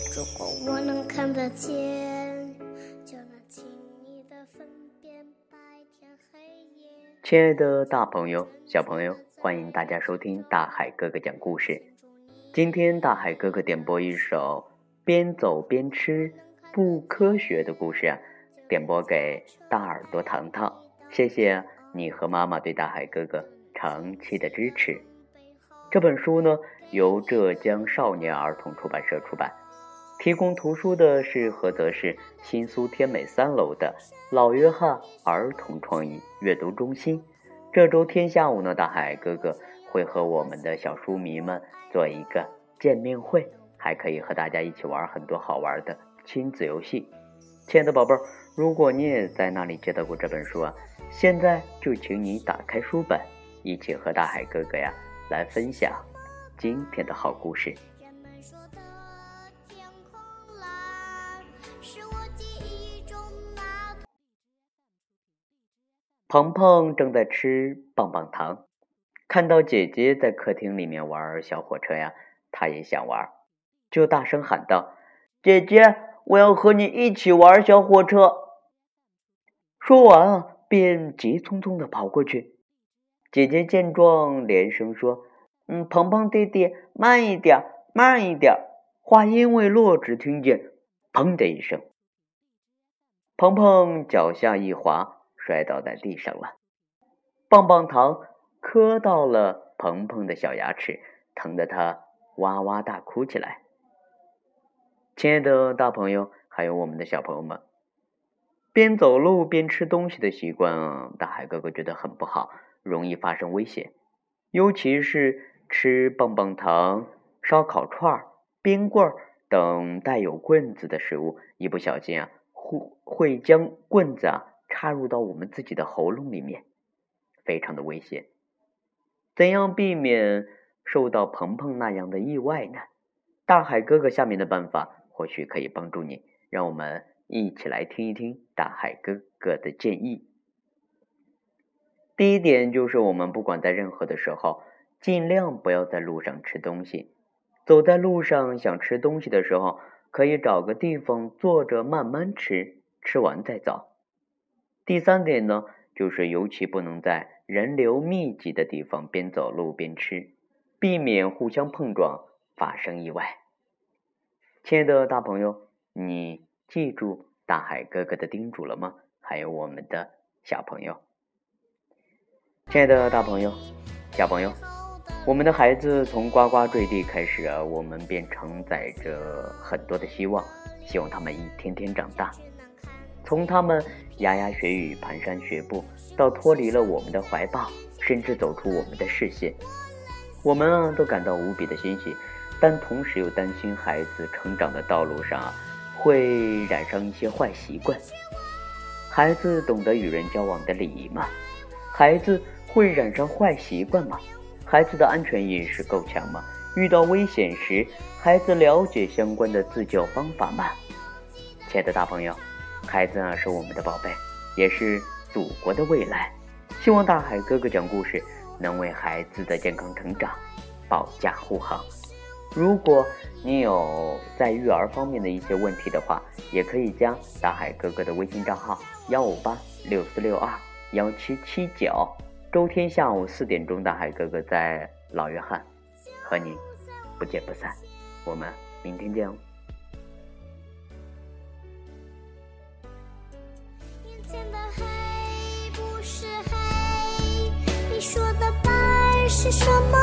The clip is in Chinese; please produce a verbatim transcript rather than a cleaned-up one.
如果我能看得见，就能轻易地分辨白天黑夜。 亲爱的大朋友小朋友，欢迎大家收听大海哥哥讲故事。今天大海哥哥点播一首边走边吃不科学的故事啊，点播给大耳朵糖糖。谢谢你和妈妈对大海哥哥长期的支持。这本书呢，由浙江少年儿童出版社出版，提供图书的是菏泽市新苏天美三楼的老约翰儿童创意阅读中心。这周天下午呢，大海哥哥会和我们的小书迷们做一个见面会，还可以和大家一起玩很多好玩的亲子游戏。亲爱的宝贝儿，如果你也在那里接到过这本书啊，现在就请你打开书本，一起和大海哥哥呀来分享今天的好故事。鹏鹏正在吃棒棒糖，看到姐姐在客厅里面玩小火车呀，他也想玩，就大声喊道：姐姐，我要和你一起玩小火车。说完啊，便急匆匆地跑过去。姐姐见状连声说：嗯，鹏鹏弟弟，慢一点，慢一点。话音未落，只听见砰的一声，鹏鹏脚下一滑，摔倒在地上了。棒棒糖磕到了鹏鹏的小牙齿，疼得他哇哇大哭起来。亲爱的大朋友还有我们的小朋友们，边走路边吃东西的习惯啊，大海哥哥觉得很不好，容易发生危险。尤其是吃棒棒糖、烧烤串、冰棍等带有棍子的食物，一不小心啊，会会将棍子啊插入到我们自己的喉咙里面，非常的危险。怎样避免受到鹏鹏那样的意外呢？大海哥哥下面的办法或许可以帮助你，让我们一起来听一听大海哥哥的建议。第一点就是我们不管在任何的时候，尽量不要在路上吃东西。走在路上想吃东西的时候，可以找个地方坐着慢慢吃，吃完再走。第三点呢，就是尤其不能在人流密集的地方边走路边吃，避免互相碰撞发生意外。亲爱的大朋友，你记住大海哥哥的叮嘱了吗？还有我们的小朋友。亲爱的大朋友小朋友，我们的孩子从呱呱坠地开始啊，我们便承载着很多的希望，希望他们一天天长大，从他们牙牙学语蹒跚学步，到脱离了我们的怀抱，甚至走出我们的视线，我们啊都感到无比的欣喜，但同时又担心孩子成长的道路上啊会染上一些坏习惯。孩子懂得与人交往的礼仪吗？孩子会染上坏习惯吗？孩子的安全意识够强吗？遇到危险时，孩子了解相关的自救方法吗？亲爱的大朋友，孩子啊是我们的宝贝，也是祖国的未来。希望大海哥哥讲故事能为孩子的健康成长保驾护航。如果你有在育儿方面的一些问题的话，也可以加大海哥哥的微信账号幺五八六四六二幺七七九。周天下午四点钟，大海哥哥在老约翰和你不见不散。我们明天见哦。 眼前的黑不是黑，你说的白是什么？